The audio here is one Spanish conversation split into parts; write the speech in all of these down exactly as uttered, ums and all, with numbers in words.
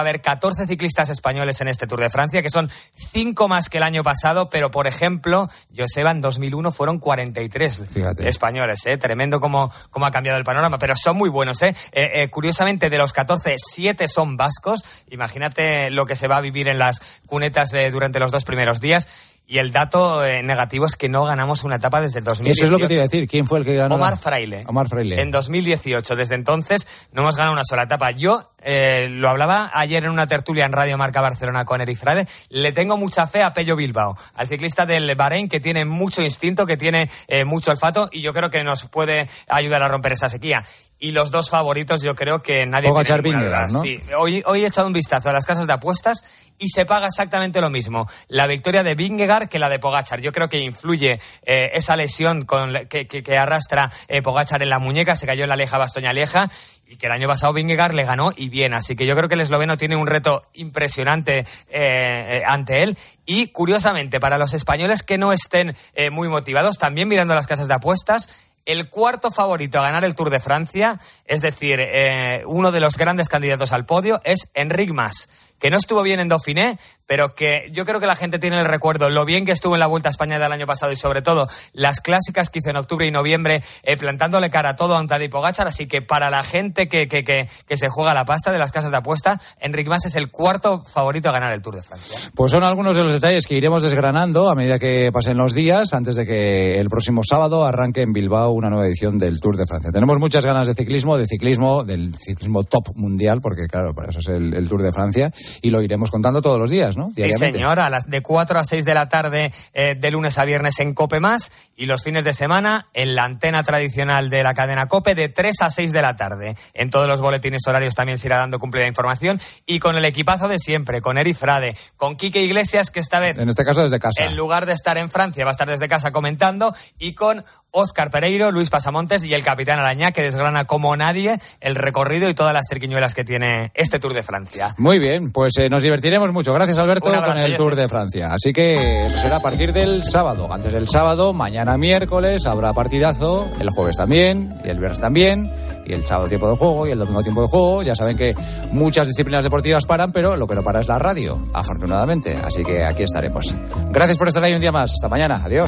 a haber catorce ciclistas españoles en este Tour de Francia, que son cinco más que el año pasado, pero por ejemplo, Joseba, en dos mil uno fueron cuarenta y tres Fíjate. españoles, ¿eh? Tremendo cómo, cómo ha cambiado el panorama, pero son muy buenos, ¿eh? Eh, eh, Curiosamente, de los catorce, siete son vascos. Imagínate lo que se va a vivir en las cunetas eh, durante los dos primeros días. Y el dato eh, negativo es que no ganamos una etapa desde el dos mil dieciocho. Eso es lo que te iba a decir. ¿Quién fue el que ganó? Omar Fraile. Omar Fraile. En dos mil dieciocho. Desde entonces no hemos ganado una sola etapa. Yo eh, lo hablaba ayer en una tertulia en Radio Marca Barcelona con Eric Frade. Le tengo mucha fe a Pello Bilbao, al ciclista del Bahrein, que tiene mucho instinto, que tiene eh, mucho olfato, y yo creo que nos puede ayudar a romper esa sequía. Y los dos favoritos, yo creo que nadie Pogačar, tiene ninguna duda, ¿no? Sí. Hoy, hoy he echado un vistazo a las casas de apuestas y se paga exactamente lo mismo la victoria de Vingegaard que la de Pogačar. Yo creo que influye eh, esa lesión con la, que, que, que arrastra eh, Pogačar en la muñeca, se cayó en la Lieja Bastoña Lieja, y que el año pasado Vingegaard le ganó y bien. Así que yo creo que el esloveno tiene un reto impresionante eh, eh, ante él. Y curiosamente, para los españoles que no estén eh, muy motivados, también mirando las casas de apuestas, el cuarto favorito a ganar el Tour de Francia, es decir, eh, uno de los grandes candidatos al podio, es Enric Mas, que no estuvo bien en Dauphiné, pero que yo creo que la gente tiene el recuerdo lo bien que estuvo en la Vuelta a España del año pasado y sobre todo las clásicas que hizo en octubre y noviembre eh, plantándole cara a todo a un Tadej Pogačar. Así que para la gente que, que, que, que se juega la pasta de las casas de apuesta, Enric Mas es el cuarto favorito a ganar el Tour de Francia. Pues son algunos de los detalles que iremos desgranando a medida que pasen los días, antes de que el próximo sábado arranque en Bilbao una nueva edición del Tour de Francia. Tenemos muchas ganas de ciclismo, de ciclismo, del ciclismo top mundial, porque claro, para eso es el, el Tour de Francia, y lo iremos contando todos los días, ¿no? Sí, señor, a las de cuatro a seis de la tarde, eh, de lunes a viernes en COPE Más, y los fines de semana en la antena tradicional de la cadena COPE de tres a seis de la tarde. En todos los boletines horarios también se irá dando cumplida información, y con el equipazo de siempre, con Eric Frade, con Quique Iglesias, que esta vez, en este caso desde casa, en lugar de estar en Francia, va a estar desde casa comentando, y con Óscar Pereiro, Luis Pasamontes y el capitán Arañá, que desgrana como nadie el recorrido y todas las triquiñuelas que tiene este Tour de Francia. Muy bien, pues eh, nos divertiremos mucho. Gracias, Alberto, abrazo, con el Tour de Francia. Así que eso será a partir del sábado. Antes del sábado, mañana miércoles, habrá partidazo, el jueves también, y el viernes también, y el sábado tiempo de juego, y el domingo tiempo de juego. Ya saben que muchas disciplinas deportivas paran, pero lo que no para es la radio, afortunadamente. Así que aquí estaremos. Gracias por estar ahí un día más. Hasta mañana. Adiós.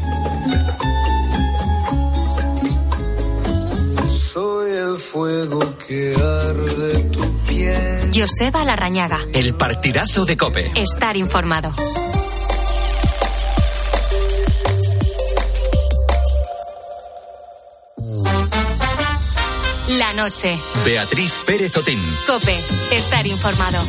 Soy el fuego que arde tu piel. Joseba Larrañaga. El partidazo de COPE. Estar informado. La noche. Beatriz Pérez Otín. COPE. Estar informado.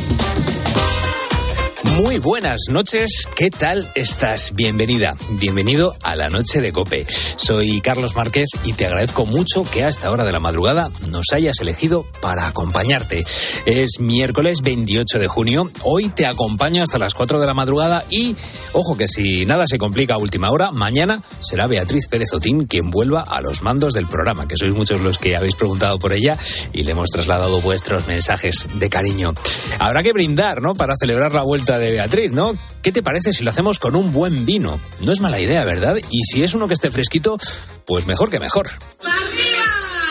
Muy buenas noches, ¿qué tal estás? Bienvenida, bienvenido a la noche de COPE. Soy Carlos Márquez y te agradezco mucho que a esta hora de la madrugada nos hayas elegido para acompañarte. Es miércoles veintiocho de junio, hoy te acompaño hasta las cuatro de la madrugada y, ojo que si nada se complica a última hora, mañana será Beatriz Pérez Otín quien vuelva a los mandos del programa, que sois muchos los que habéis preguntado por ella y le hemos trasladado vuestros mensajes de cariño. Habrá que brindar, ¿no?, para celebrar la vuelta de Beatriz, ¿no? ¿Qué te parece si lo hacemos con un buen vino? No es mala idea, ¿verdad? Y si es uno que esté fresquito, pues mejor que mejor. ¡Arriba!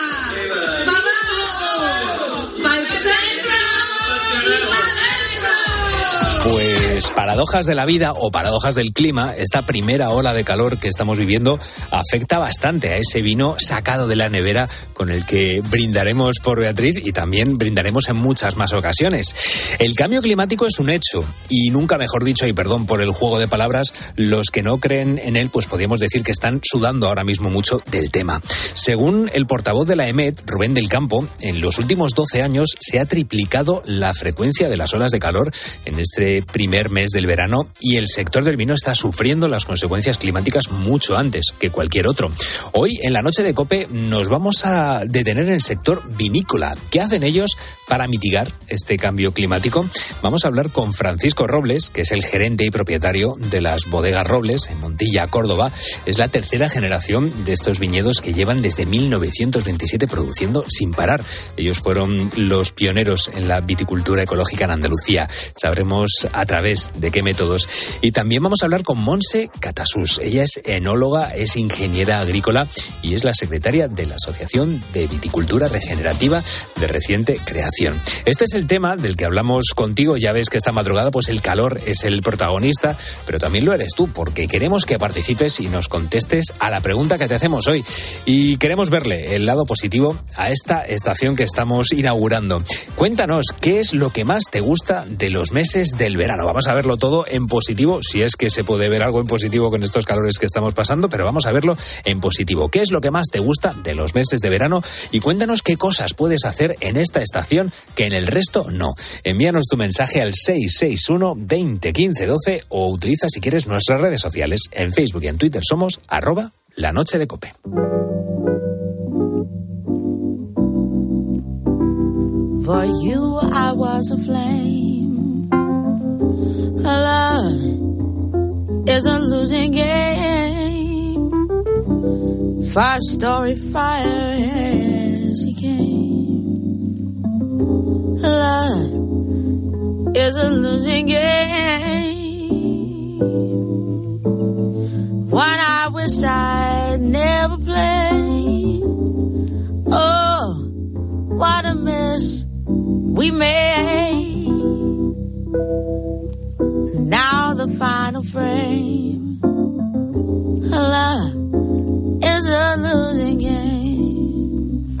¡Abajo! ¡Pa'l centro! ¡Y pa' dentro! Pues paradojas de la vida o paradojas del clima, esta primera ola de calor que estamos viviendo afecta bastante a ese vino sacado de la nevera con el que brindaremos por Beatriz y también brindaremos en muchas más ocasiones. El cambio climático es un hecho y nunca mejor dicho, y perdón por el juego de palabras, los que no creen en él pues podríamos decir que están sudando ahora mismo mucho del tema. Según el portavoz de la E M E T, Rubén del Campo, en los últimos doce años se ha triplicado la frecuencia de las olas de calor en este primer mes del verano y el sector del vino está sufriendo las consecuencias climáticas mucho antes que cualquier otro. Hoy, en la noche de COPE, nos vamos a detener en el sector vinícola. ¿Qué hacen ellos para mitigar este cambio climático? Vamos a hablar con Francisco Robles, que es el gerente y propietario de las bodegas Robles en Montilla, Córdoba. Es la tercera generación de estos viñedos que llevan desde mil novecientos veintisiete produciendo sin parar. Ellos fueron los pioneros en la viticultura ecológica en Andalucía. Sabremos a través quiénes, de qué métodos. Y también vamos a hablar con Montse Catasús. Ella es enóloga, es ingeniera agrícola y es la secretaria de la Asociación de Viticultura Regenerativa de reciente creación. Este es el tema del que hablamos contigo. Ya ves que esta madrugada pues el calor es el protagonista, pero también lo eres tú, porque queremos que participes y nos contestes a la pregunta que te hacemos hoy. Y queremos verle el lado positivo a esta estación que estamos inaugurando. Cuéntanos, ¿qué es lo que más te gusta de los meses del verano? Vamos a verlo todo en positivo, si es que se puede ver algo en positivo con estos calores que estamos pasando, pero vamos a verlo en positivo. ¿Qué es lo que más te gusta de los meses de verano? Y cuéntanos qué cosas puedes hacer en esta estación que en el resto no. Envíanos tu mensaje al seis seis uno, veinte, quince, doce o utiliza si quieres nuestras redes sociales. En Facebook y en Twitter somos arroba la noche de Cope. For you I was a flame. Love is a losing game. Five story fire as you came. Love is a losing game. One I wish I'd never played. Oh, what a mess we made. Now the final frame. Love is a losing game.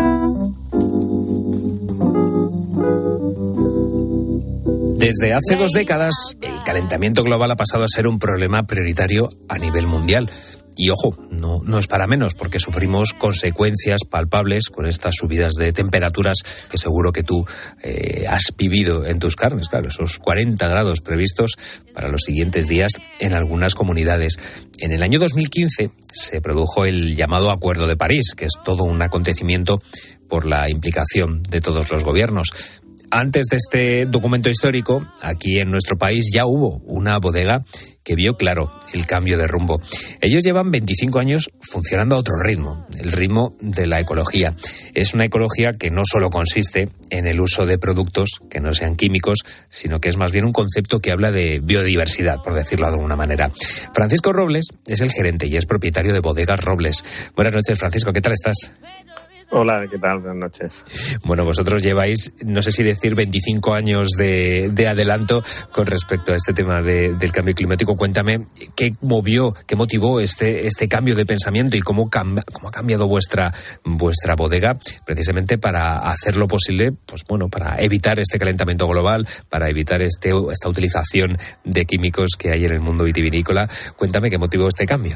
Desde hace dos décadas, el calentamiento global ha pasado a ser un problema prioritario a nivel mundial. Y ojo, no, no es para menos, porque sufrimos consecuencias palpables con estas subidas de temperaturas que seguro que tú eh, has vivido en tus carnes. Claro, esos cuarenta grados previstos para los siguientes días en algunas comunidades. En el año dos mil quince se produjo el llamado Acuerdo de París, que es todo un acontecimiento por la implicación de todos los gobiernos. Antes de este documento histórico, aquí en nuestro país ya hubo una bodega que vio claro el cambio de rumbo. Ellos llevan veinticinco años funcionando a otro ritmo, el ritmo de la ecología. Es una ecología que no solo consiste en el uso de productos que no sean químicos, sino que es más bien un concepto que habla de biodiversidad, por decirlo de alguna manera. Francisco Robles es el gerente y es propietario de Bodegas Robles. Buenas noches, Francisco, ¿qué tal estás? Hola, ¿qué tal? Buenas noches. Bueno, vosotros lleváis, no sé si decir veinticinco años de, de adelanto con respecto a este tema de, del cambio climático. Cuéntame, ¿qué movió, qué motivó este, este cambio de pensamiento y cómo, cam, cómo ha cambiado vuestra, vuestra bodega precisamente para hacer lo posible, pues bueno, para evitar este calentamiento global, para evitar este, esta utilización de químicos que hay en el mundo vitivinícola? Cuéntame, ¿qué motivó este cambio?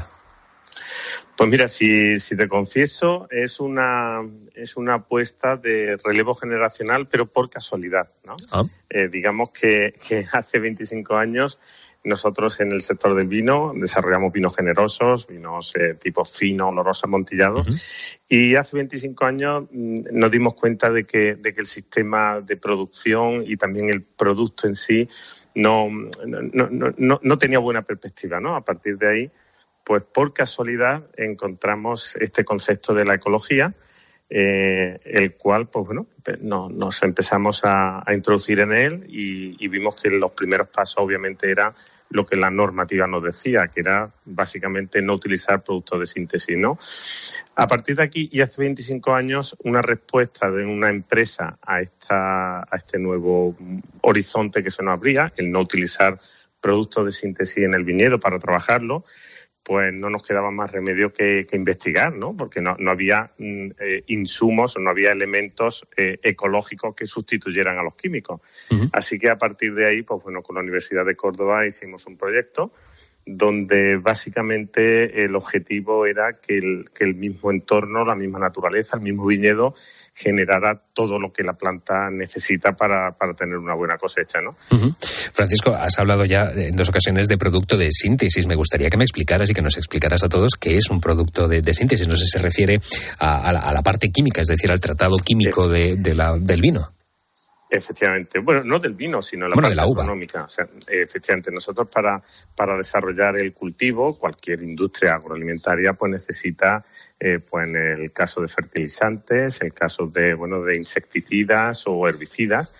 Pues mira, si, si te confieso, es una es una apuesta de relevo generacional, pero por casualidad, ¿no? Ah. Eh, digamos que, que hace veinticinco años nosotros en el sector del vino desarrollamos vinos generosos, vinos eh, tipo fino, olorosos, amontillados, uh-huh. Y hace veinticinco años mmm, nos dimos cuenta de que, de que el sistema de producción y también el producto en sí no, no, no, no, no tenía buena perspectiva, ¿no? A partir de ahí, pues por casualidad encontramos este concepto de la ecología, eh, el cual, pues bueno, no, nos empezamos a, a introducir en él y, y vimos que los primeros pasos obviamente era lo que la normativa nos decía, que era básicamente no utilizar productos de síntesis, ¿no? A partir de aquí, y hace veinticinco años, una respuesta de una empresa a, esta, a este nuevo horizonte que se nos abría, el no utilizar productos de síntesis en el viñedo para trabajarlo, pues no nos quedaba más remedio que, que investigar, ¿no? Porque no, no había eh, insumos, no había elementos eh, ecológicos que sustituyeran a los químicos. Uh-huh. Así que a partir de ahí, pues bueno, con la Universidad de Córdoba hicimos un proyecto donde básicamente el objetivo era que el, que el mismo entorno, la misma naturaleza, el mismo viñedo generara todo lo que la planta necesita para, para tener una buena cosecha, ¿no? Uh-huh. Francisco, has hablado ya en dos ocasiones de producto de síntesis. Me gustaría que me explicaras y que nos explicaras a todos qué es un producto de, de síntesis. No sé si se refiere a, a, la, a la parte química, es decir, al tratado químico de, de la, del vino. Efectivamente. Bueno, no del vino, sino la bueno, parte de la uva. Económica. O sea, efectivamente, nosotros para, para desarrollar el cultivo, cualquier industria agroalimentaria pues necesita, eh, pues en el caso de fertilizantes, en el caso de, bueno, de insecticidas o herbicidas,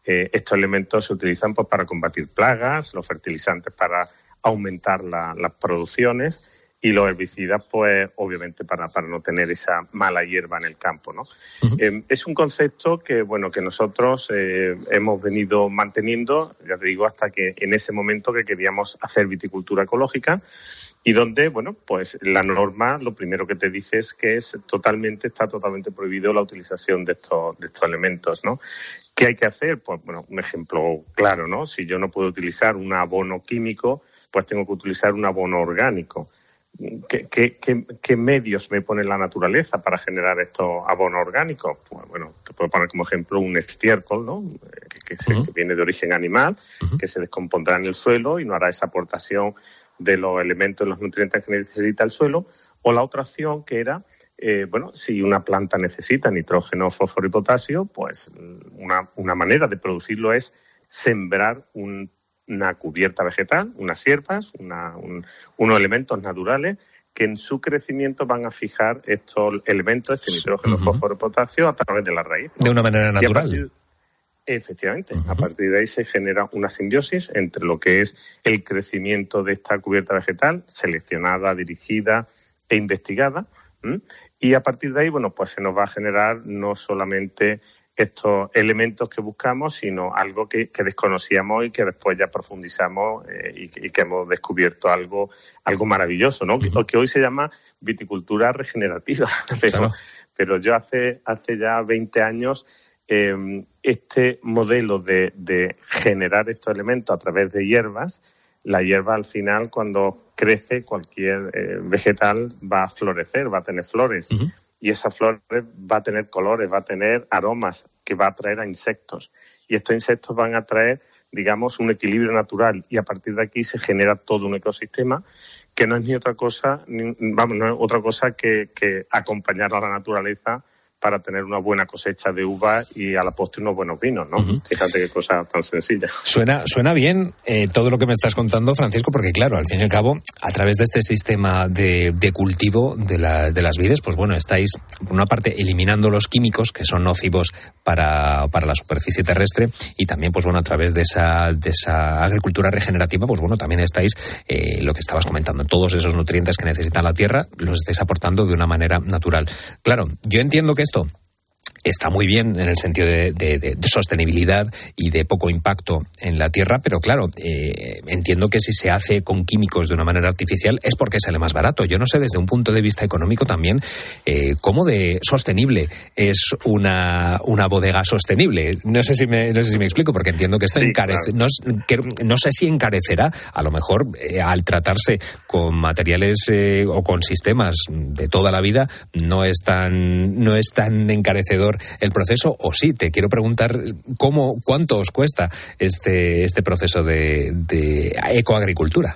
eh, estos elementos se utilizan pues, para combatir plagas, los fertilizantes para aumentar la, las producciones y los herbicidas, pues obviamente para, para no tener esa mala hierba en el campo, ¿no? Uh-huh. Eh, es un concepto que, bueno, que nosotros eh, hemos venido manteniendo, ya te digo, hasta que en ese momento que queríamos hacer viticultura ecológica y donde, bueno, pues la norma lo primero que te dice es que es totalmente, está totalmente prohibido la utilización de estos, de estos elementos, ¿no? ¿Qué hay que hacer? Pues, bueno, un ejemplo claro, ¿no? Si yo no puedo utilizar un abono químico, pues tengo que utilizar un abono orgánico. ¿Qué, qué, qué, ¿Qué medios me pone la naturaleza para generar estos abonos orgánicos? Pues, bueno, te puedo poner como ejemplo un estiércol, ¿no? Que, que, se, uh-huh. que viene de origen animal, uh-huh. que se descompondrá en el suelo y no hará esa aportación de los elementos, los nutrientes que necesita el suelo. O la otra opción que era, eh, bueno, si una planta necesita nitrógeno, fósforo y potasio, pues una, una manera de producirlo es sembrar un una cubierta vegetal, unas hierbas, una, un, unos elementos naturales que en su crecimiento van a fijar estos elementos, este nitrógeno, uh-huh. fósforo, potasio, a través de la raíz, ¿no? De una manera natural. Partir, efectivamente, uh-huh. a partir de ahí se genera una simbiosis entre lo que es el crecimiento de esta cubierta vegetal, seleccionada, dirigida e investigada, ¿m? Y a partir de ahí, bueno, pues se nos va a generar no solamente estos elementos que buscamos, sino algo que, que desconocíamos y que después ya profundizamos eh, y, que, y que hemos descubierto algo, algo maravilloso, ¿no? Uh-huh. Que, que hoy se llama viticultura regenerativa. Pero, claro. pero yo hace, hace ya veinte años eh, este modelo de, de generar estos elementos a través de hierbas, la hierba al final cuando crece cualquier eh, vegetal va a florecer, va a tener flores. Uh-huh. Y esa flor va a tener colores, va a tener aromas que va a atraer a insectos. Y estos insectos van a traer, digamos, un equilibrio natural. Y a partir de aquí se genera todo un ecosistema que no es ni otra cosa, ni, vamos, no es otra cosa que, que acompañar a la naturaleza para tener una buena cosecha de uva y a la postre unos buenos vinos, ¿no? Uh-huh. Fíjate qué cosa tan sencilla. Suena, suena bien eh, todo lo que me estás contando, Francisco, porque claro, al fin y al cabo, a través de este sistema de, de cultivo de, la, de las vides, pues bueno, estáis, por una parte, eliminando los químicos que son nocivos para, para la superficie terrestre y también, pues bueno, a través de esa, de esa agricultura regenerativa, pues bueno, también estáis, eh, lo que estabas comentando, todos esos nutrientes que necesita la tierra, los estáis aportando de una manera natural. Claro, yo entiendo que esto está muy bien en el sentido de, de, de sostenibilidad y de poco impacto en la tierra, pero claro, eh, entiendo que si se hace con químicos de una manera artificial es porque sale más barato. Yo no sé desde un punto de vista económico también eh, cómo de sostenible es una, una bodega sostenible. No sé si me, no sé si me explico, porque entiendo que esto sí, encarece, claro. no, que, no sé si encarecerá, a lo mejor eh, al tratarse con materiales eh, o con sistemas de toda la vida no es tan, no es tan encarecedor el proceso, o sí, te quiero preguntar cómo, cuánto os cuesta este, este proceso de, de ecoagricultura.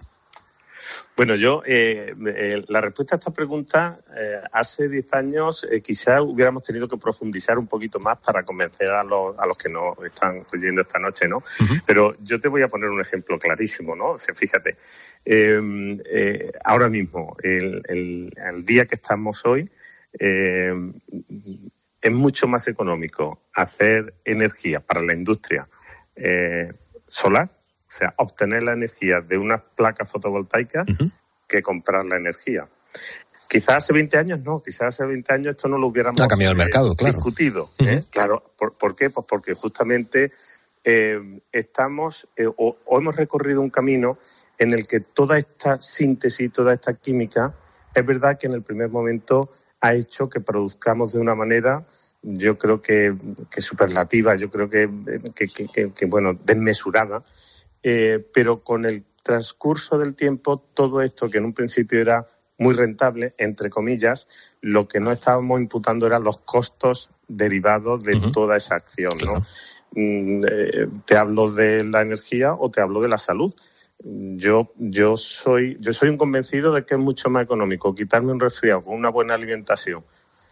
Bueno, yo, eh, eh, la respuesta a esta pregunta, eh, hace diez años eh, quizás hubiéramos tenido que profundizar un poquito más para convencer a los, a los que nos están oyendo esta noche, ¿no? Uh-huh. Pero yo te voy a poner un ejemplo clarísimo, ¿no? O sea, fíjate, eh, eh, ahora mismo, el, el, el día que estamos hoy, eh, es mucho más económico hacer energía para la industria eh, solar, o sea, obtener la energía de unas placas fotovoltaicas uh-huh. que comprar la energía. Quizás hace veinte años no, quizás hace veinte años esto no lo hubiéramos ha cambiado el mercado, eh, claro. discutido. Uh-huh. ¿eh? Claro, ¿por, ¿por qué? Pues porque justamente eh, estamos eh, o, o hemos recorrido un camino en el que toda esta síntesis, toda esta química, es verdad que en el primer momento ha hecho que produzcamos de una manera, yo creo que, que superlativa, yo creo que, que, que, que, que bueno, desmesurada, eh, pero con el transcurso del tiempo, todo esto que en un principio era muy rentable, entre comillas, lo que no estábamos imputando eran los costos derivados de uh-huh. toda esa acción, ¿no? Uh-huh. Mm, eh, te hablo de la energía o te hablo de la salud. Yo, yo soy, yo soy un convencido de que es mucho más económico quitarme un resfriado con una buena alimentación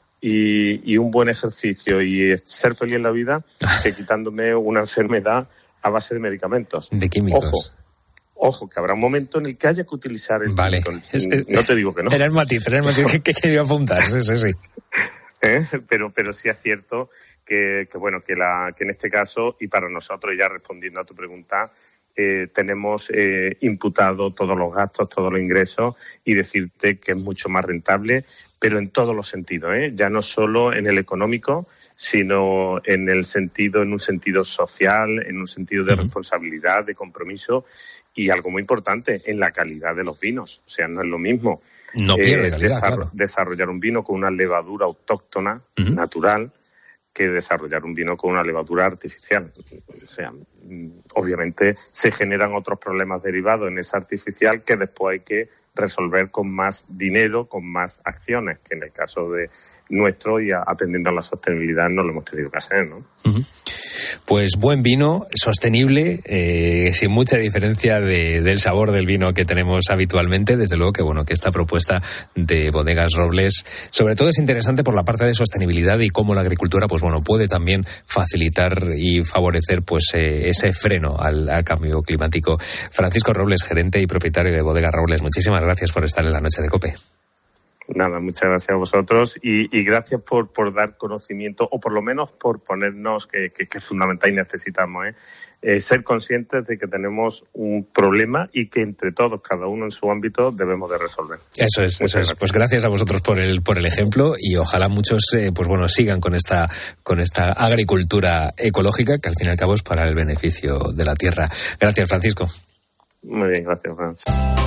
y, y un buen ejercicio y ser feliz en la vida que quitándome una enfermedad a base de medicamentos. De químicos. Ojo, ojo, que habrá un momento en el que haya que utilizar el vale. Es, es, no te digo que no. Era el matiz, era el matiz que, que quería apuntar, sí, sí, sí. ¿Eh? Pero, pero sí es cierto que, que bueno, que, la, que en este caso, y para nosotros, ya respondiendo a tu pregunta, eh, tenemos eh, imputado todos los gastos, todos los ingresos, y decirte que es mucho más rentable, pero en todos los sentidos, ¿eh? Ya no solo en el económico, sino en el sentido, en un sentido social, en un sentido de responsabilidad, de compromiso, y algo muy importante, en la calidad de los vinos. O sea, no es lo mismo no pierde eh, calidad, desarro- claro. desarrollar un vino con una levadura autóctona, uh-huh. natural, que desarrollar un vino con una levadura artificial. O sea, obviamente se generan otros problemas derivados en esa artificial que después hay que resolver con más dinero, con más acciones, que en el caso de nuestro y a, atendiendo a la sostenibilidad no lo hemos tenido que hacer, ¿no? Uh-huh. Pues buen vino, sostenible, eh, sin mucha diferencia de, del sabor del vino que tenemos habitualmente. Desde luego que bueno que esta propuesta de Bodegas Robles, sobre todo es interesante por la parte de sostenibilidad y cómo la agricultura, pues bueno, puede también facilitar y favorecer pues eh, ese freno al, al cambio climático. Francisco Robles, gerente y propietario de Bodegas Robles, muchísimas gracias por estar en la noche de COPE. Nada, muchas gracias a vosotros y, y gracias por, por dar conocimiento, o por lo menos por ponernos, que, que, que es fundamental y necesitamos, ¿eh? Eh, ser conscientes de que tenemos un problema y que entre todos, cada uno en su ámbito, debemos de resolver. Eso es, eso es. Pues gracias a vosotros por el por el ejemplo y ojalá muchos eh, pues bueno sigan con esta con esta agricultura ecológica que al fin y al cabo es para el beneficio de la tierra. Gracias, Francisco. Muy bien, gracias, Franz.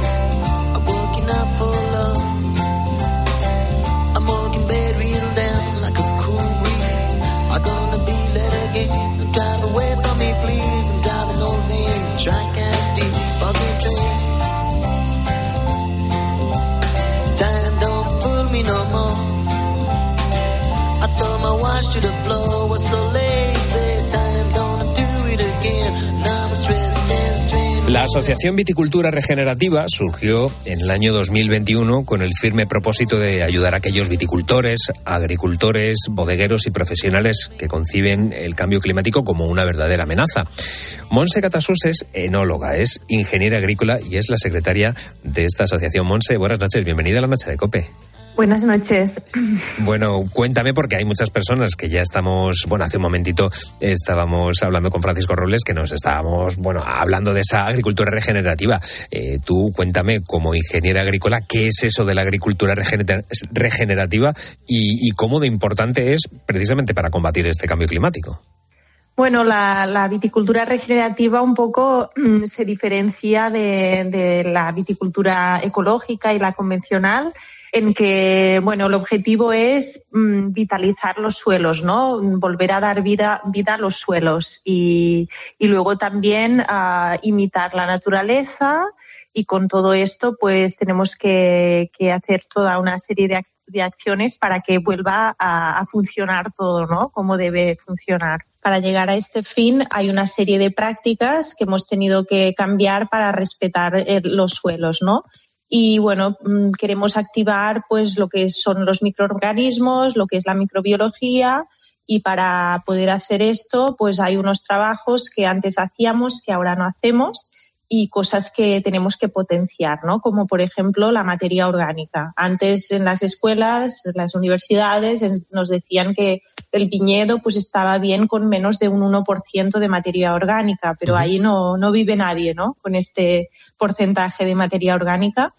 La Asociación Viticultura Regenerativa surgió en el año dos mil veintiuno con el firme propósito de ayudar a aquellos viticultores, agricultores, bodegueros y profesionales que conciben el cambio climático como una verdadera amenaza. Monse Catasús es enóloga, es ingeniera agrícola y es la secretaria de esta asociación. Monse, buenas noches, bienvenida a la noche de COPE. Buenas noches. Bueno, cuéntame, porque hay muchas personas que ya estamos, bueno, hace un momentito estábamos hablando con Francisco Robles, que nos estábamos, bueno, hablando de esa agricultura regenerativa. Eh, tú cuéntame, como ingeniera agrícola, ¿qué es eso de la agricultura regener- regenerativa y, y cómo de importante es precisamente para combatir este cambio climático? Bueno, la, la viticultura regenerativa un poco mmm, se diferencia de, de la viticultura ecológica y la convencional, en que, bueno, el objetivo es mmm, vitalizar los suelos, ¿no? Volver a dar vida, vida a los suelos y, y luego también uh, imitar la naturaleza, y con todo esto pues tenemos que, que hacer toda una serie de, ac- de acciones para que vuelva a, a funcionar todo, ¿no? Como debe funcionar. Para llegar a este fin hay una serie de prácticas que hemos tenido que cambiar para respetar eh, los suelos, ¿no? Y bueno, queremos activar pues lo que son los microorganismos, lo que es la microbiología, y para poder hacer esto pues hay unos trabajos que antes hacíamos que ahora no hacemos y cosas que tenemos que potenciar, ¿no? Como por ejemplo la materia orgánica. Antes en las escuelas, en las universidades nos decían que el viñedo pues estaba bien con menos de un uno por ciento de materia orgánica, pero uh-huh. ahí no, no vive nadie, ¿no? Con este porcentaje de materia orgánica.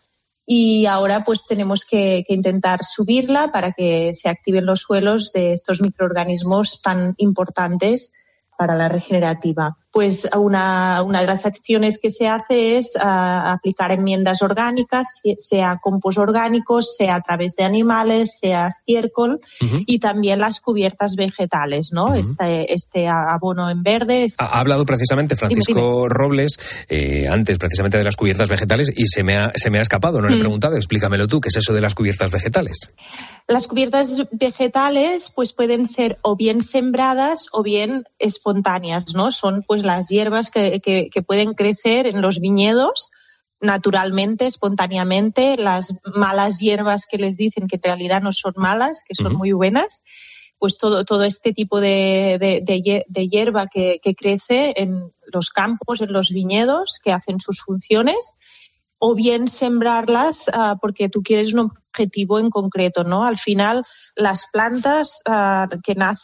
Y ahora pues tenemos que, que intentar subirla para que se activen los suelos de estos microorganismos tan importantes para la regenerativa. Pues una, una de las acciones que se hace es uh, aplicar enmiendas orgánicas, sea compost orgánicos, sea a través de animales, sea estiércol, uh-huh. y también las cubiertas vegetales, ¿no? Uh-huh. Este, este abono en verde. Ha hablado precisamente Francisco dime, dime. Robles eh, antes precisamente de las cubiertas vegetales y se me ha, se me ha escapado, no le he preguntado, explícamelo tú, ¿qué es eso de las cubiertas vegetales? Las cubiertas vegetales pues pueden ser o bien sembradas o bien espontáneas, ¿no? Son pues las hierbas que, que, que pueden crecer en los viñedos naturalmente, espontáneamente, las malas hierbas que les dicen que en realidad no son malas, que son uh-huh. muy buenas, pues todo, todo este tipo de, de, de, de hierba que, que crece en los campos, en los viñedos, que hacen sus funciones, o bien sembrarlas uh, porque tú quieres un objetivo en concreto, ¿no? Al final, las plantas uh, que nacen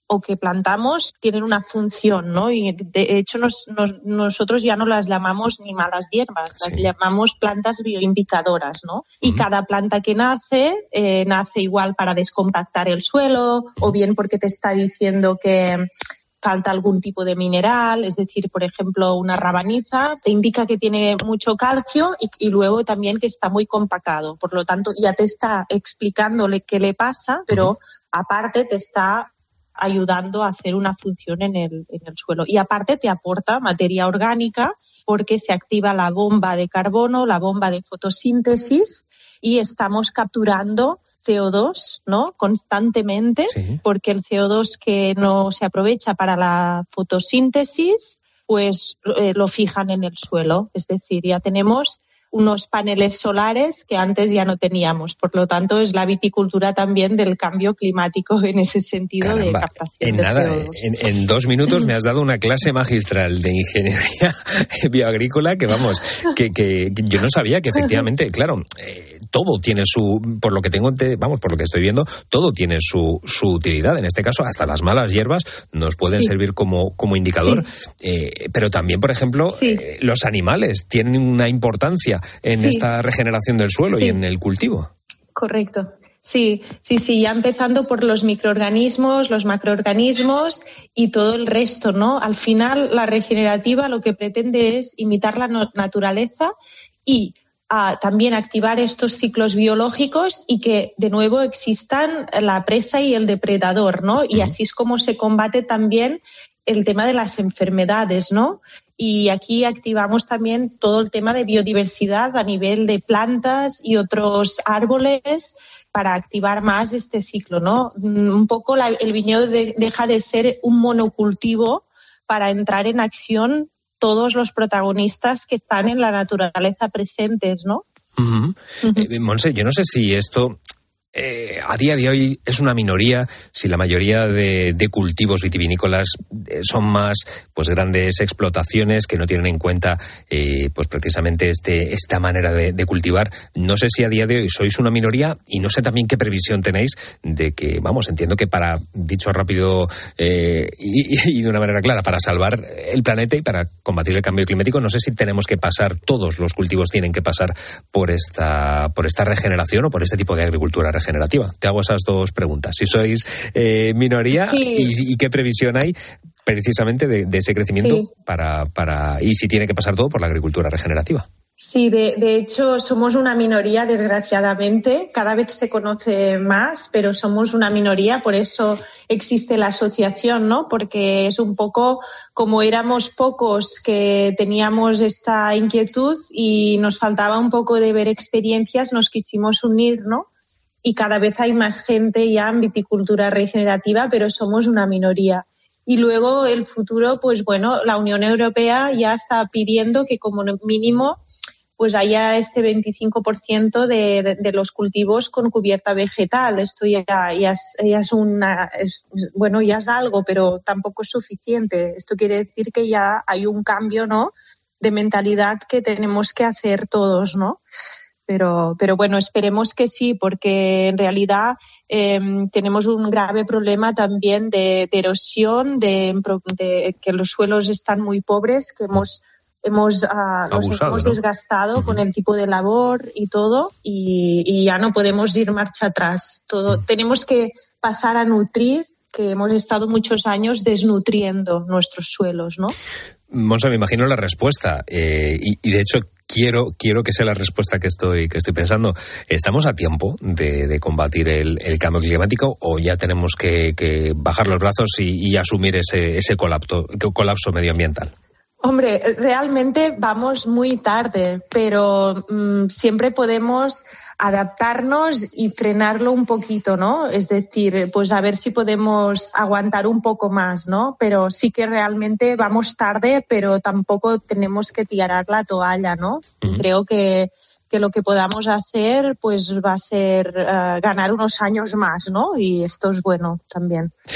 o que plantamos tienen una función, ¿no? Y de hecho nos, nos, nosotros ya no las llamamos ni malas hierbas, sí. las llamamos plantas bioindicadoras, ¿no? Y uh-huh. cada planta que nace, eh, nace igual para descompactar el suelo, uh-huh. o bien porque te está diciendo que falta algún tipo de mineral, es decir, por ejemplo, una rabaniza te indica que tiene mucho calcio y, y luego también que está muy compactado. Por lo tanto, ya te está explicándole qué le pasa, pero uh-huh. aparte te está ayudando a hacer una función en el, en el suelo. Y aparte te aporta materia orgánica porque se activa la bomba de carbono, la bomba de fotosíntesis y estamos capturando C O dos, ¿no? Constantemente, sí. porque el C O dos que no se aprovecha para la fotosíntesis, pues eh, lo fijan en el suelo. Es decir, ya tenemos unos paneles solares que antes ya no teníamos. Por lo tanto, es la viticultura también del cambio climático en ese sentido. Caramba, de captación en de nada, C O dos. En, en dos minutos me has dado una clase magistral de ingeniería bioagrícola que, vamos, que, que yo no sabía que efectivamente, claro, eh, todo tiene su, por lo que tengo, vamos, por lo que estoy viendo, todo tiene su, su utilidad. En este caso, hasta las malas hierbas nos pueden sí. servir como, como indicador. Sí. Eh, pero también, por ejemplo, sí. eh, los animales tienen una importancia en sí. esta regeneración del suelo sí. y en el cultivo. Correcto. Sí, sí, sí, ya empezando por los microorganismos, los macroorganismos y todo el resto, ¿no? Al final, la regenerativa lo que pretende es imitar la no- naturaleza y a también activar estos ciclos biológicos y que de nuevo existan la presa y el depredador, ¿no? Y así es como se combate también el tema de las enfermedades, ¿no? Y aquí activamos también todo el tema de biodiversidad a nivel de plantas y otros árboles para activar más este ciclo, ¿no? Un poco la, el viñedo de, deja de ser un monocultivo para entrar en acción todos los protagonistas que están en la naturaleza presentes, ¿no? Uh-huh. Uh-huh. Eh, Monse, yo no sé si esto eh, a día de hoy es una minoría, si la mayoría de, de cultivos vitivinícolas eh, son más pues grandes explotaciones que no tienen en cuenta eh, pues precisamente este esta manera de, de cultivar. No sé si a día de hoy sois una minoría y no sé también qué previsión tenéis de que, vamos, entiendo que para, dicho rápido eh, y, y de una manera clara, para salvar el planeta y para combatir el cambio climático, no sé si tenemos que pasar, todos los cultivos tienen que pasar por esta, por esta regeneración o por este tipo de agricultura regenerativa. Te hago esas dos preguntas. Si sois eh, minoría sí. y, y qué previsión hay precisamente de, de ese crecimiento sí. para, para y si tiene que pasar todo por la agricultura regenerativa. Sí, de, de hecho somos una minoría, desgraciadamente. Cada vez se conoce más, pero somos una minoría, por eso existe la asociación, ¿no? Porque es un poco como éramos pocos que teníamos esta inquietud y nos faltaba un poco de ver experiencias, nos quisimos unir, ¿no? Y cada vez hay más gente ya en viticultura regenerativa, pero somos una minoría. Y luego el futuro, pues bueno, la Unión Europea ya está pidiendo que como mínimo pues haya este veinticinco por ciento de, de los cultivos con cubierta vegetal. Esto ya, ya, es, ya es una, es, bueno, ya es algo, pero tampoco es suficiente. Esto quiere decir que ya hay un cambio, ¿no?, de mentalidad que tenemos que hacer todos, ¿no? Pero, pero bueno, esperemos que sí, porque en realidad eh, tenemos un grave problema también de, de erosión, de, de que los suelos están muy pobres, que hemos, hemos, uh, Abusado, los hemos ¿no? desgastado uh-huh. con el tipo de labor y todo, y, y ya no podemos ir marcha atrás. Todo, uh-huh. Tenemos que pasar a nutrir, que hemos estado muchos años desnutriendo nuestros suelos, ¿no? Monse, me imagino la respuesta, eh, y, y de hecho quiero quiero que sea la respuesta que estoy que estoy pensando. ¿Estamos a tiempo de, de combatir el, el cambio climático o ya tenemos que, que bajar los brazos y, y asumir ese ese colapso, colapso medioambiental? Hombre, realmente vamos muy tarde, pero mmm, siempre podemos adaptarnos y frenarlo un poquito, ¿no? Es decir, pues a ver si podemos aguantar un poco más, ¿no? Pero sí que realmente vamos tarde, pero tampoco tenemos que tirar la toalla, ¿no? Uh-huh. Creo que que lo que podamos hacer pues va a ser uh, ganar unos años más, ¿no? Y esto es bueno también.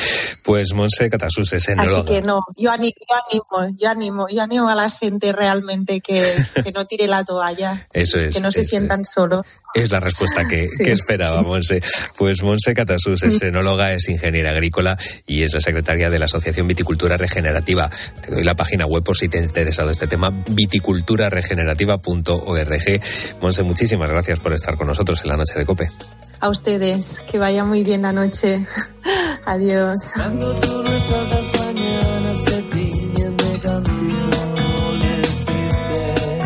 Pues Montse Catasús es enóloga. Así que no, yo animo, yo animo, yo animo, yo animo a la gente realmente que, que no tire la toalla. Eso es. Que no se sientan es. solos. Es la respuesta que, sí. que esperaba, Montse. Pues Montse Catasús es enóloga, es ingeniera agrícola y es la secretaria de la Asociación Viticultura Regenerativa. Te doy la página web por si te ha interesado este tema, viticultura regenerativa punto org. Montse, muchísimas gracias por estar con nosotros en la noche de COPE. A ustedes, que vaya muy bien la noche. Adiós. Cuando tú no estás, las mañanas se tiñen de canciones tristes.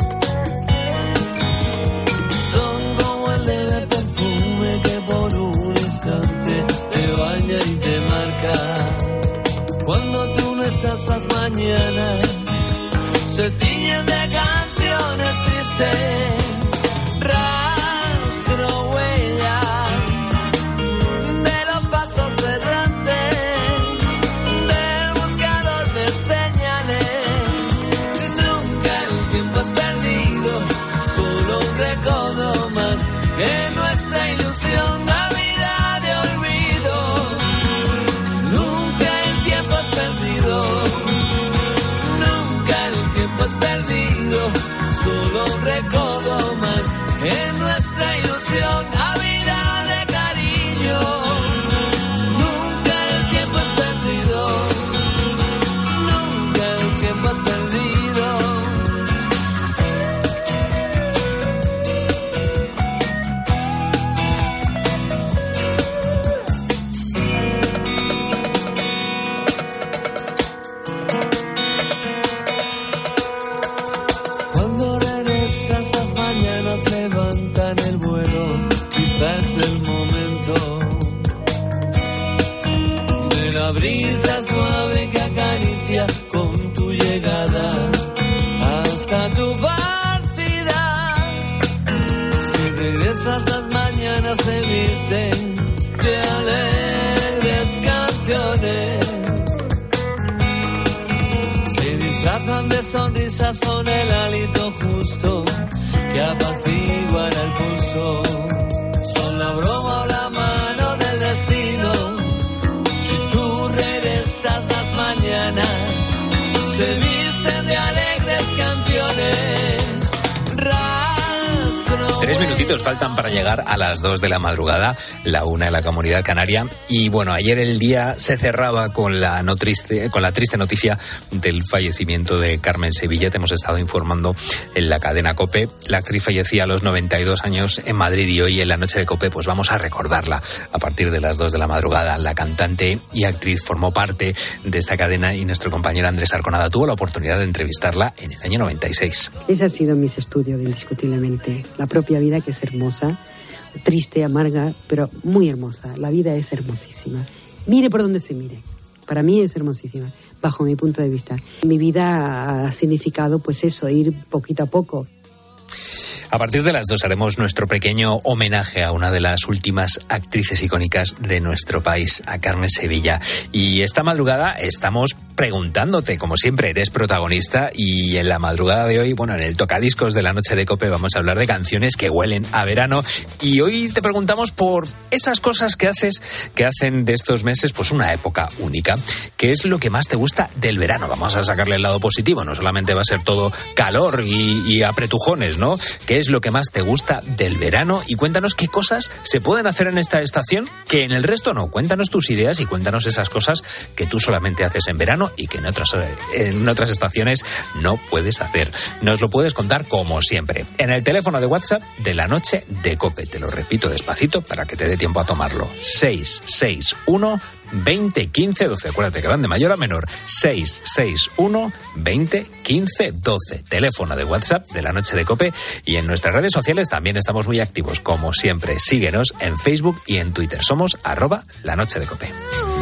Son como el leve perfume que por un instante te baña y te marca. Cuando tú no estás, las mañanas se tiñen de canciones tristes. Rastro, huella de los pasos errantes del buscador de señales. Nunca el tiempo es perdido, solo un recodo más que nuestra ilusión, la vida de olvido. Nunca el tiempo es perdido, nunca el tiempo es perdido, solo un recodo más en nuestra ilusión, a vida de cariño. Nunca el tiempo es perdido, nunca el tiempo es perdido. Cuando regresas, las mañanas levantan el vuelo, quizás el momento de la brisa suave que acaricia con tu llegada hasta tu partida. Si regresas, las mañanas se visten de alegres canciones, se disfrazan de sonrisas, son el hálito justo que apaciguan el pulso, son la broma o la mano del destino. Si tú regresas, las mañanas se visten de alegres canciones. Rastro. Tres minutitos faltan para llegar a las dos de la madrugada, la una en la Comunidad Canaria. Y bueno, ayer el día se cerraba con la no triste, con la triste noticia del fallecimiento de Carmen Sevilla. Te hemos estado informando en la cadena COPE. La actriz fallecía a los noventa y dos años en Madrid y hoy en la noche de COPE pues vamos a recordarla a partir de las dos de la madrugada. La cantante y actriz formó parte de esta cadena y nuestro compañero Andrés Arconada tuvo la oportunidad de entrevistarla en el año noventa y seis. Ese ha sido mis estudios, indiscutiblemente. La propia vida, que es hermosa, triste, amarga, pero muy hermosa. La vida es hermosísima. Mire por donde se mire. Para mí es hermosísima, bajo mi punto de vista. Mi vida ha significado, pues eso, ir poquito a poco. A partir de las dos haremos nuestro pequeño homenaje a una de las últimas actrices icónicas de nuestro país, a Carmen Sevilla. Y esta madrugada estamos preguntándote, como siempre, eres protagonista y en la madrugada de hoy, bueno, en el tocadiscos de la noche de COPE vamos a hablar de canciones que huelen a verano y hoy te preguntamos por esas cosas que haces, que hacen de estos meses pues una época única. ¿Qué es lo que más te gusta del verano? Vamos a sacarle el lado positivo, no solamente va a ser todo calor y, y apretujones, ¿no? ¿Qué es lo que más te gusta del verano? Y cuéntanos qué cosas se pueden hacer en esta estación que en el resto no. Cuéntanos tus ideas y cuéntanos esas cosas que tú solamente haces en verano y que en otras, en otras estaciones no puedes hacer. Nos lo puedes contar como siempre en el teléfono de WhatsApp de la noche de COPE. Te lo repito despacito para que te dé tiempo a tomarlo. seis seis uno veinte quince doce. Acuérdate que van de mayor a menor. seis seis uno veinte quince doce. Teléfono de WhatsApp de la noche de COPE. Y en nuestras redes sociales también estamos muy activos, como siempre. Síguenos en Facebook y en Twitter. Somos arroba la noche de COPE.